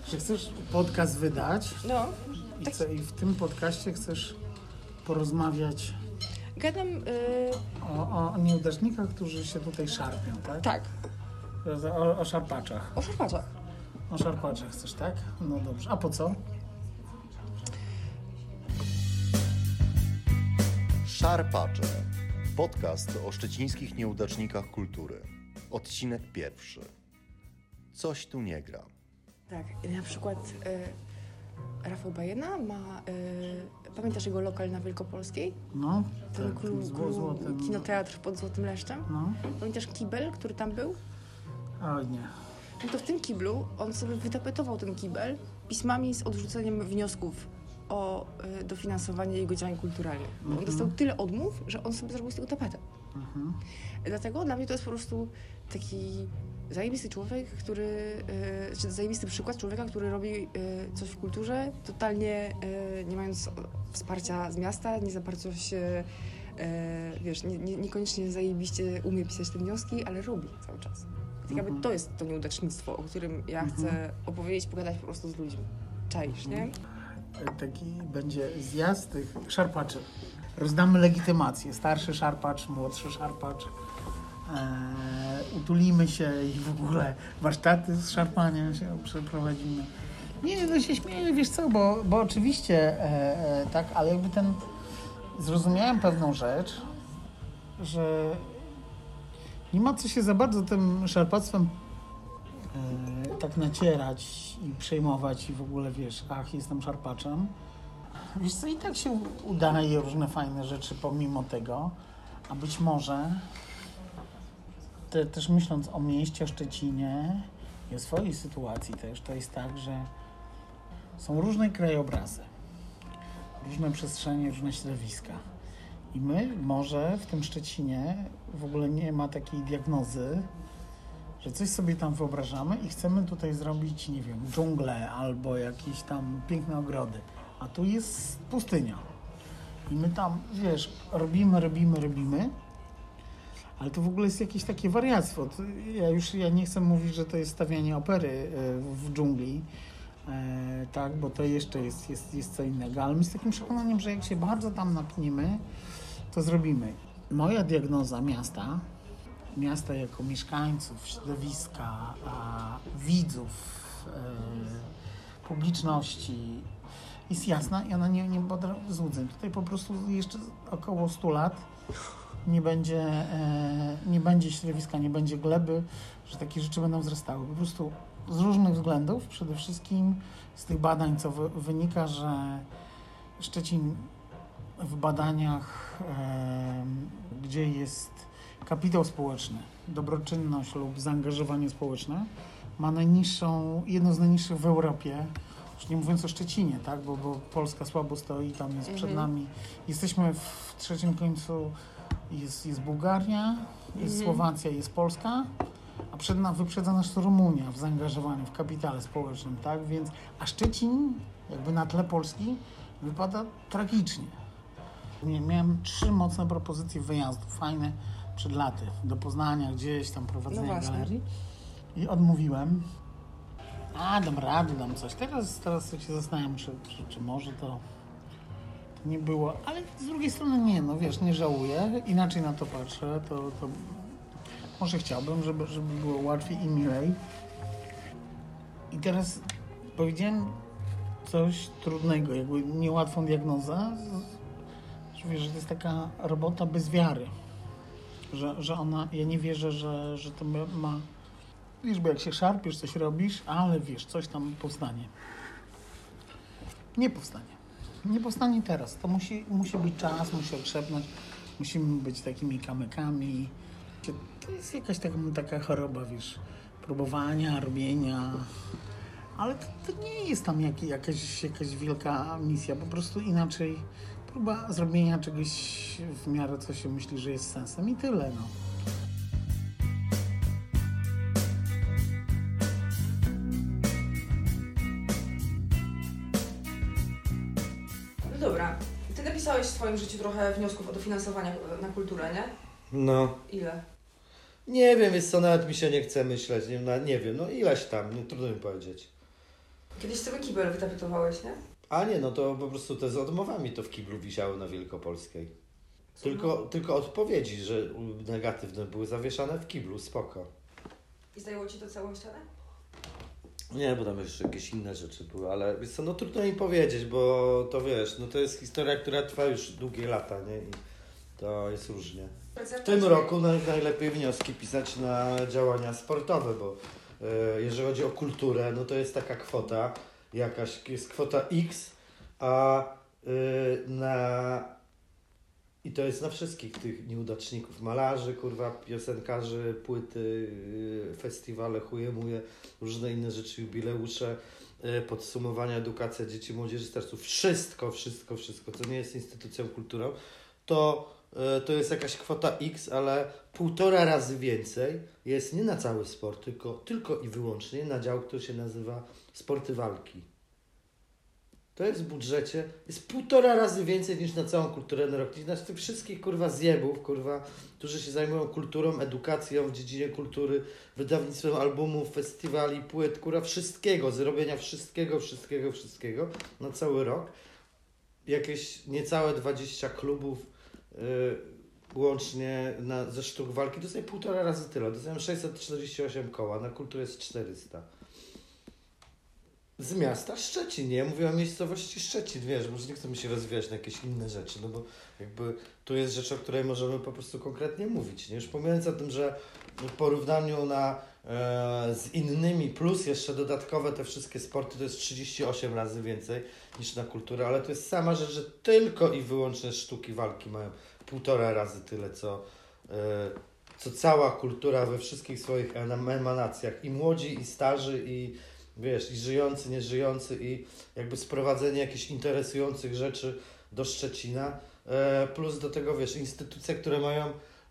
że chcesz podcast wydać. No. I w tym podcaście chcesz porozmawiać Gadam... o nieudacznikach, którzy się tutaj szarpią, tak? Tak. O szarpaczach. O szarpaczach. O szarpaczach chcesz, tak? No dobrze. A po co? Szarpacze. Podcast o szczecińskich nieudacznikach kultury. Odcinek 1. Coś tu nie gra. Tak, na przykład Rafał Bajena ma... pamiętasz jego lokal na Wielkopolskiej? No, Ten tak, złotym. kinoteatr pod Złotym Leszczem? No. Pamiętasz kibel, który tam był? O nie. No to w tym kiblu on sobie wytapetował ten kibel pismami z odrzuceniem wniosków o dofinansowanie jego działań kulturalnych. On dostał tyle odmów, że on sobie zrobił z tego tapetę. Dlatego dla mnie to jest po prostu taki zajebisty człowiek, czy zajebisty przykład człowieka, który robi coś w kulturze, totalnie nie mając wsparcia z miasta, nie za bardzo się, niekoniecznie zajebiście umie pisać te wnioski, ale robi cały czas. Tak jakby to jest to nieudacznictwo, o którym ja chcę opowiedzieć, pogadać po prostu z ludźmi. Czaisz, nie? Taki będzie zjazd tych szarpaczy. Rozdamy legitymację. Starszy szarpacz, młodszy szarpacz. Utulimy się i w ogóle warsztaty z szarpania się przeprowadzimy. Nie, no się śmieję, wiesz co, bo oczywiście tak, ale jakby zrozumiałem pewną rzecz, że nie ma co się za bardzo tym szarpactwem tak nacierać i przejmować i w ogóle, wiesz, jestem szarpaczem. Wiesz co, i tak się udaje różne fajne rzeczy pomimo tego, a być może też myśląc o mieście, o Szczecinie i o swojej sytuacji też, to jest tak, że są różne krajobrazy, różne przestrzenie, różne środowiska. I my może w tym Szczecinie w ogóle nie ma takiej diagnozy, że coś sobie tam wyobrażamy i chcemy tutaj zrobić, nie wiem, dżunglę albo jakieś tam piękne ogrody. A tu jest pustynia. I my tam, wiesz, robimy, ale to w ogóle jest jakieś takie wariactwo. Ja nie chcę mówić, że to jest stawianie opery w dżungli, tak, bo to jeszcze jest co innego, ale my z takim przekonaniem, że jak się bardzo tam napniemy, to zrobimy. Moja diagnoza miasta jako mieszkańców, środowiska, widzów, publiczności jest jasna i ona nie podlega złudzeń. Tutaj po prostu jeszcze około 100 lat nie będzie środowiska, nie będzie gleby, że takie rzeczy będą wzrastały. Po prostu z różnych względów, przede wszystkim z tych badań, co wynika, że Szczecin w badaniach, gdzie jest kapitał społeczny, dobroczynność lub zaangażowanie społeczne, ma jedno z najniższych w Europie, już nie mówiąc o Szczecinie, tak? Bo Polska słabo stoi, tam jest przed nami. Jesteśmy w trzecim końcu, jest Bułgaria, jest Słowacja, jest Polska, a wyprzedza nas Rumunia w zaangażowaniu, w kapitale społecznym, tak? Więc, a Szczecin jakby na tle Polski wypada tragicznie. Miałem 3 mocne propozycje wyjazdów, fajne, przed laty, do Poznania, gdzieś tam prowadzenia galerii i odmówiłem. Dam coś. Teraz się zastanawiam, czy może to nie było, ale z drugiej strony nie, no wiesz, nie żałuję, inaczej na to patrzę, to może chciałbym, żeby było łatwiej i milej. I teraz powiedziałem coś trudnego, jakby niełatwą diagnozę, że wiesz, że to jest taka robota bez wiary, że ona, ja nie wierzę, że to ma, wiesz, bo jak się szarpiesz, coś robisz, ale wiesz, coś tam powstanie. Nie powstanie teraz, to musi być czas, musi okrzepnąć, musimy być takimi kamykami. To jest jakaś taka choroba, wiesz, próbowania, robienia, ale to nie jest tam jakaś wielka misja, po prostu inaczej próba zrobienia czegoś w miarę, co się myśli, że jest sensem i tyle, no. Dobra, ty napisałeś w swoim życiu trochę wniosków o dofinansowanie na kulturę, nie? No. Ile? Nie wiem, jest co, nawet mi się nie chce myśleć, nie wiem, no ileś tam, trudno mi powiedzieć. Kiedyś sobie kibel wytapetowałeś, nie? A nie, no to po prostu te z odmowami to w kiblu wisiały na Wielkopolskiej. Tylko odpowiedzi, że negatywne były zawieszane w kiblu, spoko. I zajęło ci to całą ścianę? Nie, bo tam jeszcze jakieś inne rzeczy były, ale wiesz co, no trudno mi powiedzieć, bo to wiesz, no to jest historia, która trwa już długie lata, nie? I to jest różnie. W tym roku najlepiej wnioski pisać na działania sportowe, bo jeżeli chodzi o kulturę, no to jest taka kwota, jest kwota X, a i to jest na wszystkich tych nieudaczników, malarzy, kurwa, piosenkarzy, płyty, festiwale, chujemuje, różne inne rzeczy, jubileusze, podsumowania, edukacja dzieci, młodzieży, starców, wszystko, co nie jest instytucją kulturą, to jest jakaś kwota X, ale 1,5 razy więcej jest nie na cały sport, tylko i wyłącznie na dział, który się nazywa sporty walki. To jest w budżecie, jest 1,5 razy więcej niż na całą kulturę na rok. Znaczy tych wszystkich, kurwa, zjebów, kurwa, którzy się zajmują kulturą, edukacją w dziedzinie kultury, wydawnictwem albumów, festiwali, płyt, kurwa, wszystkiego, zrobienia wszystkiego na cały rok. Jakieś niecałe 20 klubów łącznie ze sztuk walki, dostaje 1,5 razy tyle. Dostają 648 koła, na kulturę jest 400. Z miasta Szczecin, nie? Mówię o miejscowości Szczecin, wiesz, może nie chcę mi się rozwijać na jakieś inne rzeczy, no bo jakby tu jest rzecz, o której możemy po prostu konkretnie mówić, nie? Już pomijając o tym, że w porównaniu z innymi, plus jeszcze dodatkowe te wszystkie sporty, to jest 38 razy więcej niż na kulturę, ale to jest sama rzecz, że tylko i wyłącznie sztuki walki mają 1,5 razy tyle, co cała kultura we wszystkich swoich emanacjach, i młodzi, i starzy, i wiesz, i żyjący, nieżyjący, i jakby sprowadzenie jakichś interesujących rzeczy do Szczecina, plus do tego, wiesz, instytucje, które mają,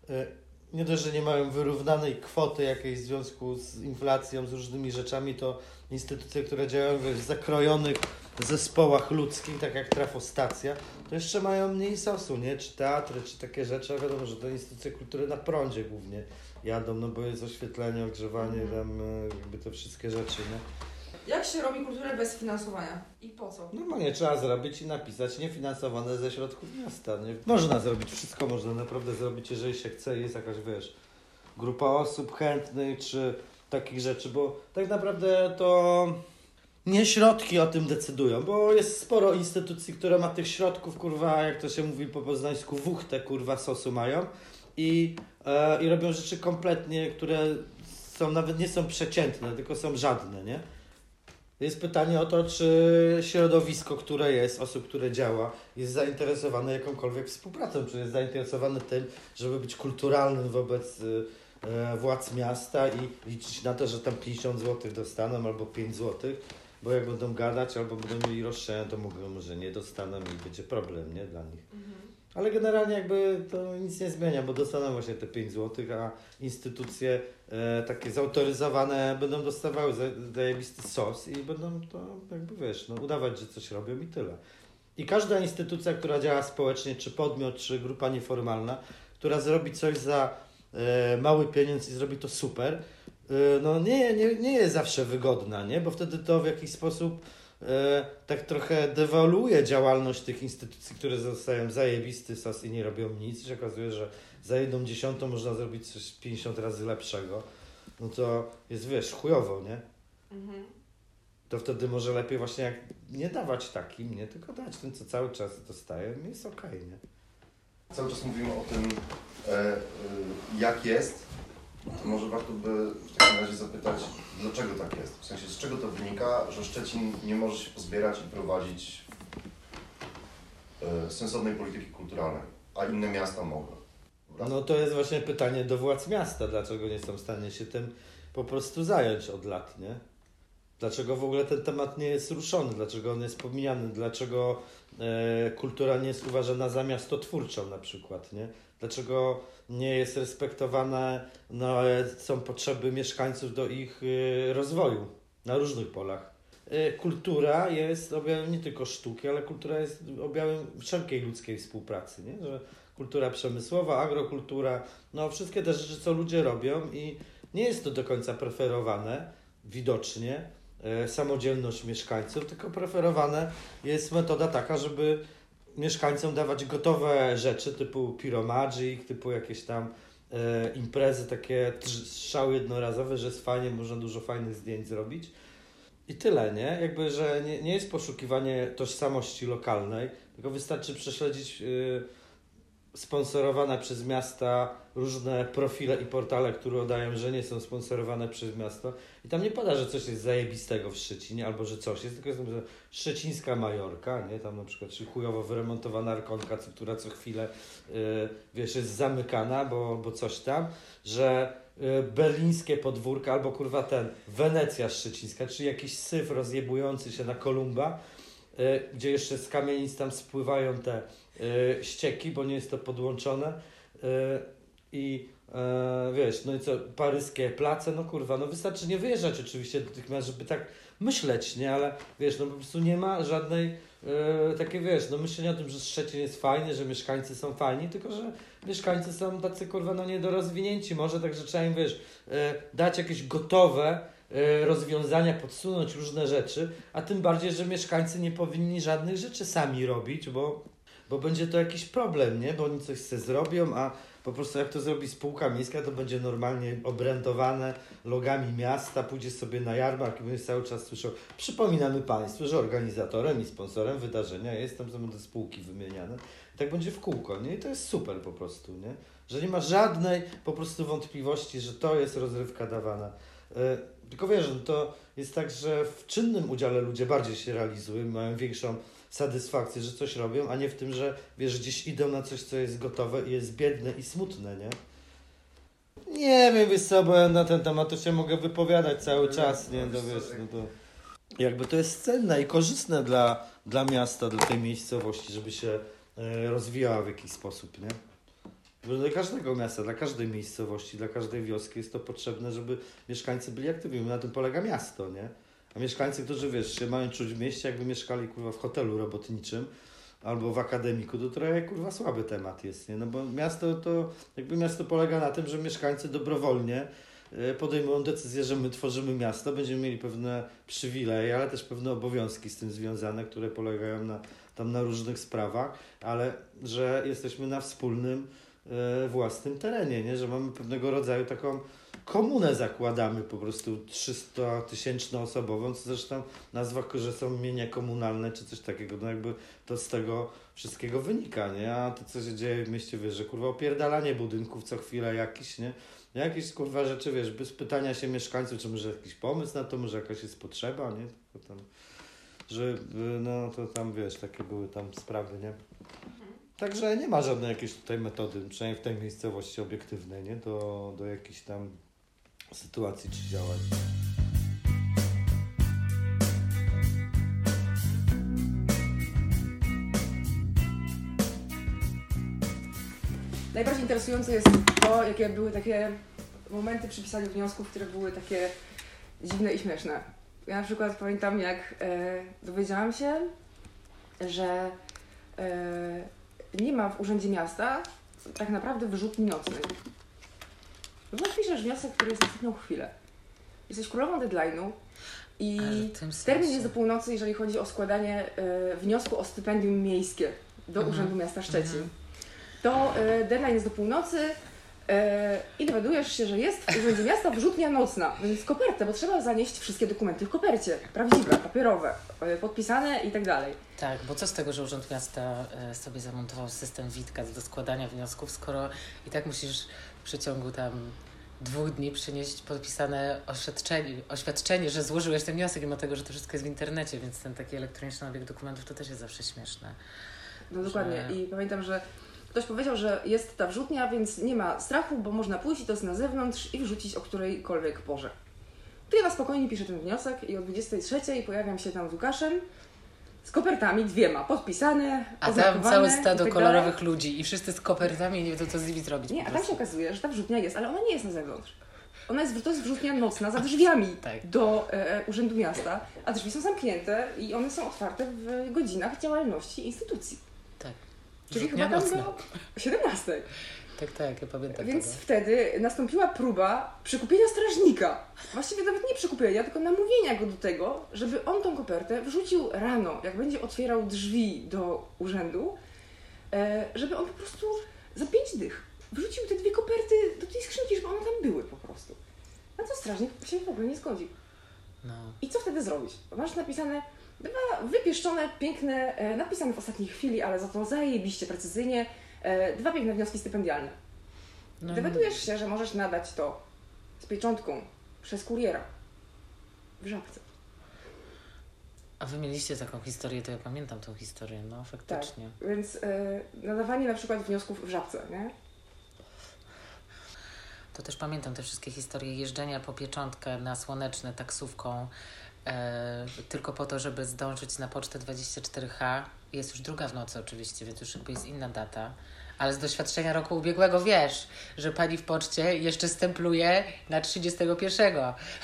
nie dość, że nie mają wyrównanej kwoty jakiejś w związku z inflacją, z różnymi rzeczami, to instytucje, które działają w zakrojonych zespołach ludzkich, tak jak Trafostacja, to jeszcze mają mniej sosu, nie? Czy teatry, czy takie rzeczy, a wiadomo, że to instytucje kultury na prądzie głównie jadą, no bo jest oświetlenie, ogrzewanie, tam jakby te wszystkie rzeczy, nie? Jak się robi kulturę bez finansowania? I po co? Normalnie trzeba zrobić i napisać niefinansowane ze środków miasta, nie? Można zrobić wszystko, można naprawdę zrobić, jeżeli się chce, jest jakaś, wiesz, grupa osób chętnych, czy takich rzeczy, bo tak naprawdę to nie środki o tym decydują, bo jest sporo instytucji, które ma tych środków, kurwa, jak to się mówi po poznańsku, wuchtę, kurwa, sosu mają i robią rzeczy kompletnie, które nawet nie są przeciętne, tylko są żadne, nie? Jest pytanie o to, czy środowisko, które jest, osób, które działa, jest zainteresowane jakąkolwiek współpracą, czy jest zainteresowane tym, żeby być kulturalnym wobec władz miasta i liczyć na to, że tam 50 zł dostaną albo 5 zł, bo jak będą gadać albo będą mieli roszczenia, to mówią, że nie dostaną i będzie problem, nie, dla nich. Ale generalnie jakby to nic nie zmienia, bo dostaną właśnie te 5 zł, a instytucje takie zautoryzowane będą dostawały zajebisty sos i będą to jakby, wiesz, no, udawać, że coś robią i tyle. I każda instytucja, która działa społecznie, czy podmiot, czy grupa nieformalna, która zrobi coś za mały pieniądz i zrobi to super, no nie jest zawsze wygodna, nie? Bo wtedy to w jakiś sposób tak trochę dewaluuje działalność tych instytucji, które zostają zajebisty sos i nie robią nic. I się okazuje, że za 1/10 można zrobić coś 50 razy lepszego. No to jest, wiesz, chujowo, nie? To wtedy może lepiej właśnie jak nie dawać takim, nie? Tylko dać tym, co cały czas dostaje, i jest okej, nie? Cały czas mówimy o tym, jak jest. To może warto by w takim razie zapytać, dlaczego tak jest? W sensie, z czego to wynika, że Szczecin nie może się pozbierać i prowadzić sensownej polityki kulturalnej, a inne miasta mogą? No to jest właśnie pytanie do władz miasta, dlaczego nie są w stanie się tym po prostu zająć od lat, nie? Dlaczego w ogóle ten temat nie jest ruszony, dlaczego on jest pomijany, dlaczego kultura nie jest uważana za miastotwórczą na przykład, nie? Dlaczego nie jest respektowane, no, są potrzeby mieszkańców do ich rozwoju na różnych polach. Kultura jest objawem nie tylko sztuki, ale kultura jest objawem wszelkiej ludzkiej współpracy, nie? Że kultura przemysłowa, agrokultura, no wszystkie te rzeczy, co ludzie robią i nie jest to do końca preferowane, widocznie, samodzielność mieszkańców, tylko preferowana jest metoda taka, żeby mieszkańcom dawać gotowe rzeczy typu Pyromagic, typu jakieś tam imprezy, takie strzały jednorazowe, że jest fajnie, można dużo fajnych zdjęć zrobić. I tyle, nie? Jakby, że nie jest poszukiwanie tożsamości lokalnej, tylko wystarczy prześledzić sponsorowane przez miasta różne profile i portale, które udają, że nie są sponsorowane przez miasto. I tam nie pada, że coś jest zajebistego w Szczecinie, albo że coś jest, tylko jest że szczecińska Majorka, nie? Tam na przykład czy chujowo wyremontowana Arkonka, która co chwilę wiesz, jest zamykana, bo coś tam, że berlińskie podwórka, albo kurwa Wenecja szczecińska, czy jakiś syf rozjebujący się na Kolumba, gdzie jeszcze z kamienic tam spływają te ścieki, bo nie jest to podłączone i wiesz, no i co, paryskie place, no kurwa, no wystarczy nie wyjeżdżać oczywiście do tych miast, żeby tak myśleć, nie, ale wiesz, no po prostu nie ma żadnej takie, wiesz, no myślenia o tym, że Szczecin jest fajny, że mieszkańcy są fajni, tylko że mieszkańcy są tacy kurwa, no niedorozwinięci może, także trzeba im, wiesz, dać jakieś gotowe rozwiązania, podsunąć różne rzeczy, a tym bardziej, że mieszkańcy nie powinni żadnych rzeczy sami robić, bo będzie to jakiś problem, nie? Bo oni coś sobie zrobią, a po prostu jak to zrobi spółka miejska, to będzie normalnie obrędowane logami miasta, pójdzie sobie na jarmark i będzie cały czas słyszał. Przypominamy Państwu, że organizatorem i sponsorem wydarzenia jest, tam są te spółki wymieniane. I tak będzie w kółko, nie? I to jest super po prostu, nie? Że nie ma żadnej po prostu wątpliwości, że to jest rozrywka dawana. Tylko wiesz, no to jest tak, że w czynnym udziale ludzie bardziej się realizują, mają większą satysfakcję, że coś robią, a nie w tym, że wiesz, gdzieś idą na coś, co jest gotowe i jest biedne i smutne, nie? Nie wiem, wiesz co, bo na ten temat to się mogę wypowiadać cały czas, nie? To wiesz, no to jakby to jest cenne i korzystne dla miasta, dla tej miejscowości, żeby się rozwijała w jakiś sposób, nie? Dla każdego miasta, dla każdej miejscowości, dla każdej wioski jest to potrzebne, żeby mieszkańcy byli aktywni. Na tym polega miasto, nie? A mieszkańcy, którzy wiesz, się mają czuć w mieście, jakby mieszkali kurwa w hotelu robotniczym albo w akademiku, to trochę kurwa słaby temat jest, nie? No bo miasto polega na tym, że mieszkańcy dobrowolnie podejmują decyzję, że my tworzymy miasto, będziemy mieli pewne przywileje, ale też pewne obowiązki z tym związane, które polegają na różnych sprawach, ale że jesteśmy na wspólnym własnym terenie, nie? Że mamy pewnego rodzaju taką komunę zakładamy po prostu 300-tysięczną osobową, co zresztą nazwa, że są mienia komunalne czy coś takiego, no jakby to z tego wszystkiego wynika, nie? A to co się dzieje w mieście, wiesz, że kurwa opierdalanie budynków co chwilę jakiś, nie? Jakieś kurwa rzeczy, wiesz, bez pytania się mieszkańców, czy może jakiś pomysł na to, może jakaś jest potrzeba, nie? Tylko tam, że no to tam, wiesz, takie były tam sprawy, nie? Także nie ma żadnej jakiejś tutaj metody, przynajmniej w tej miejscowości obiektywnej, nie? Do jakichś tam sytuacji czy działań. Najbardziej interesujące jest to, jakie były takie momenty przy pisaniu wniosków, które były takie dziwne i śmieszne. Ja na przykład pamiętam, jak dowiedziałam się, że nie ma w Urzędzie Miasta tak naprawdę wyrzutni nocnej. Bo piszesz wniosek, który jest na ostatnią chwilę. Jesteś królową deadline'u i termin jest do północy, jeżeli chodzi o składanie wniosku o stypendium miejskie do Urzędu Miasta Szczecin. To deadline jest do północy i dowiadujesz się, że jest w Urzędzie Miasta wyrzutnia nocna, więc kopertę, bo trzeba zanieść wszystkie dokumenty w kopercie, prawdziwe, papierowe, podpisane i tak dalej. Tak, bo co z tego, że Urząd Miasta sobie zamontował system Witkat do składania wniosków, skoro i tak musisz w przeciągu tam 2 dni przynieść podpisane oświadczenie, że złożyłeś ten wniosek, mimo tego, że to wszystko jest w internecie, więc ten taki elektroniczny obieg dokumentów to też jest zawsze śmieszne. No dokładnie. I pamiętam, że ktoś powiedział, że jest ta wrzutnia, więc nie ma strachu, bo można pójść i to jest na zewnątrz i wrzucić o którejkolwiek porze. To ja na spokojnie piszę ten wniosek i o 23:00 pojawiam się tam z Łukaszem z kopertami 2 podpisane, a tam całe stado kolorowych ludzi i wszyscy z kopertami nie wiedzą, co z nimi zrobić. Nie, a tam się okazuje, że ta wrzutnia jest, ale ona nie jest na zewnątrz. To jest wrzutnia nocna za drzwiami do Urzędu Miasta, a drzwi są zamknięte i one są otwarte w godzinach działalności instytucji. Tak. Czyli chyba tam do 17:00. Tak, ja pamiętam. Więc tego. wtedy nastąpiła próba przekupienia strażnika. Właściwie nawet nie przekupienia, tylko namówienia go do tego, żeby on tą kopertę wrzucił rano, jak będzie otwierał drzwi do urzędu, żeby on po prostu za 5 dych wrzucił te 2 koperty do tej skrzynki, żeby one tam były po prostu. Na co strażnik się w ogóle nie zgodził. No. I co wtedy zrobić? Masz napisane 2 wypieszczone, piękne, napisane w ostatniej chwili, ale za to zajebiście precyzyjnie, 2 piękne wnioski stypendialne. No, Dowiadujesz się, że możesz nadać to z pieczątką przez kuriera w Żabce. A wy mieliście taką historię, to ja pamiętam tą historię, no faktycznie. Tak, więc nadawanie na przykład wniosków w Żabce, nie? To też pamiętam te wszystkie historie jeżdżenia po pieczątkę na Słoneczne taksówką tylko po to, żeby zdążyć na pocztę 24H. Jest już 2 w nocy oczywiście, więc już jakby jest inna data. Ale z doświadczenia roku ubiegłego wiesz, że pani w poczcie jeszcze stempluje na 31.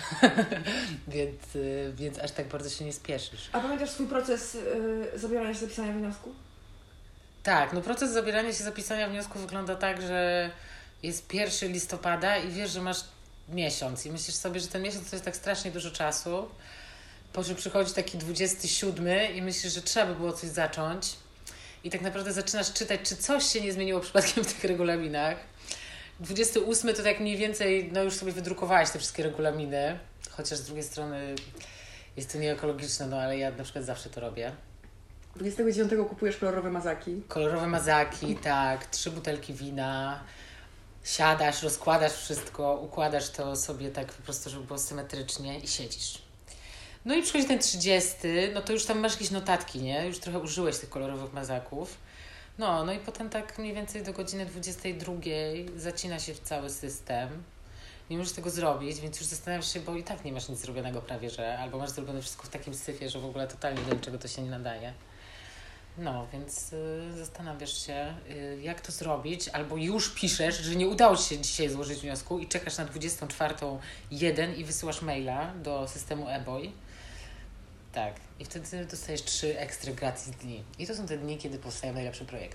więc aż tak bardzo się nie spieszysz. A pamiętasz swój proces zabierania się zapisania wniosku? Tak, no proces zabierania się zapisania wniosku wygląda tak, że jest 1 listopada i wiesz, że masz miesiąc i myślisz sobie, że ten miesiąc to jest tak strasznie dużo czasu, po czym przychodzi taki 27 i myślisz, że trzeba by było coś zacząć i tak naprawdę zaczynasz czytać, czy coś się nie zmieniło przypadkiem w tych regulaminach. 28 to tak mniej więcej, no już sobie wydrukowałeś te wszystkie regulaminy, chociaż z drugiej strony jest to nieekologiczne, no ale ja na przykład zawsze to robię. 29 kupujesz kolorowe mazaki. Kolorowe mazaki, tak, 3 butelki wina, siadasz, rozkładasz wszystko, układasz to sobie tak po prostu, żeby było symetrycznie i siedzisz. No i przychodzi ten 30, no to już tam masz jakieś notatki, nie? Już trochę użyłeś tych kolorowych mazaków. No i potem tak mniej więcej do godziny 22 zacina się cały system. Nie możesz tego zrobić, więc już zastanawiasz się, bo i tak nie masz nic zrobionego prawie, że albo masz zrobione wszystko w takim syfie, że w ogóle totalnie do niczego to się nie nadaje. No, więc zastanawiasz się, jak to zrobić, albo już piszesz, że nie udało ci się dzisiaj złożyć wniosku i czekasz na 24:01 i wysyłasz maila do systemu eBoy. Tak, i wtedy dostajesz 3 ekstra gratis dni. I to są te dni, kiedy powstaje najlepszy projekt.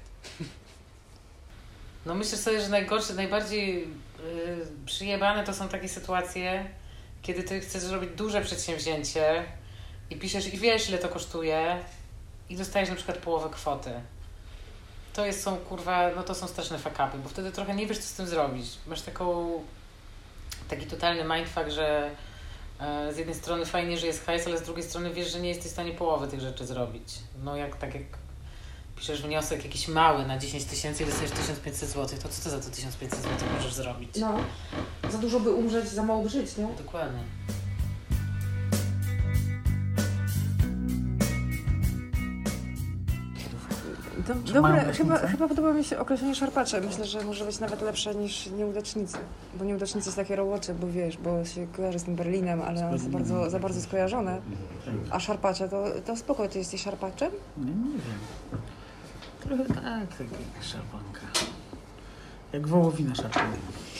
No myślę sobie, że najbardziej przyjebane to są takie sytuacje, kiedy ty chcesz zrobić duże przedsięwzięcie i piszesz i wiesz, ile to kosztuje i dostajesz na przykład połowę kwoty. To są straszne fuck-upy, bo wtedy trochę nie wiesz, co z tym zrobić. Masz taki totalny mindfuck, że z jednej strony fajnie, że jest hajs, ale z drugiej strony wiesz, że nie jesteś w stanie połowy tych rzeczy zrobić. No jak piszesz wniosek jakiś mały na 10 000 i dostajesz 1500 zł, to co to za to 1500 zł możesz zrobić? No, za dużo by umrzeć, za mało by żyć, nie? Dokładnie. Dobre, chyba podoba mi się określenie szarpacze. Myślę, że może być nawet lepsze niż nieudacznicy. Bo nieudacznicy jest takie robocze, bo się kojarzy z tym Berlinem, ale one są za bardzo skojarzone. A szarpacze to spoko, ty jesteś szarpaczem? Nie wiem. Trochę tak, jak szarpanka. Jak wołowina szarpanka.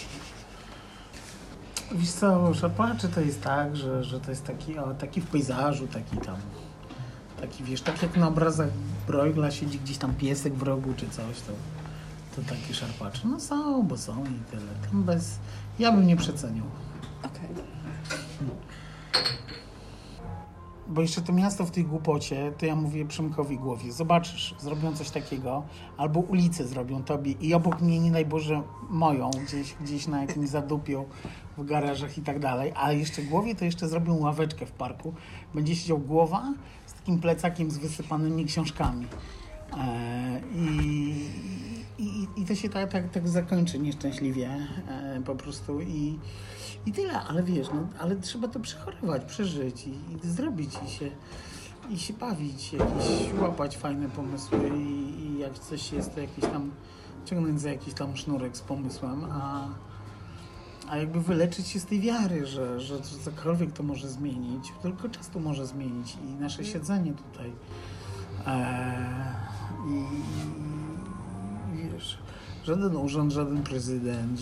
Wiesz co, szarpacze to jest tak, że to jest taki w pejzażu, taki wiesz, tak jak na obrazach Bruegla siedzi gdzieś tam piesek w rogu czy coś, to takie szarpacze. No są, bo są i tyle. Tam ja bym nie przeceniał. Okej. Bo jeszcze to miasto w tej głupocie, to ja mówię Przemkowi Głowie, zobaczysz, zrobią coś takiego, albo ulicę zrobią tobie i obok mnie, nie daj Boże, moją, gdzieś na jakimś zadupią w garażach i tak dalej, a jeszcze Głowie to jeszcze zrobią ławeczkę w parku. Będzie siedział Głowa z takim plecakiem z wysypanymi książkami. I to się tak zakończy nieszczęśliwie po prostu i tyle, ale wiesz, no, ale trzeba to przechorować, przeżyć i zrobić i się bawić, łapać fajne pomysły i jak coś jest, to jakiś tam ciągnąć za jakiś tam sznurek z pomysłem, a jakby wyleczyć się z tej wiary, że cokolwiek to może zmienić, tylko czas to może zmienić i nasze siedzenie tutaj i wiesz, żaden urząd, żaden prezydent,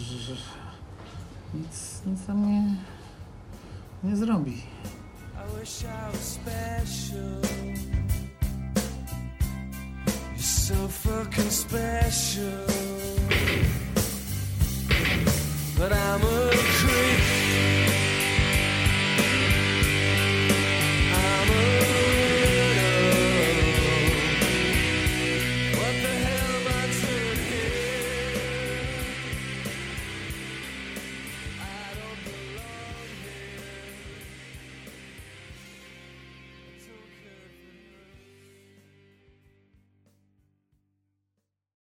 nic tam nie zrobi. I wish I was special. You're so fucking special. but I'm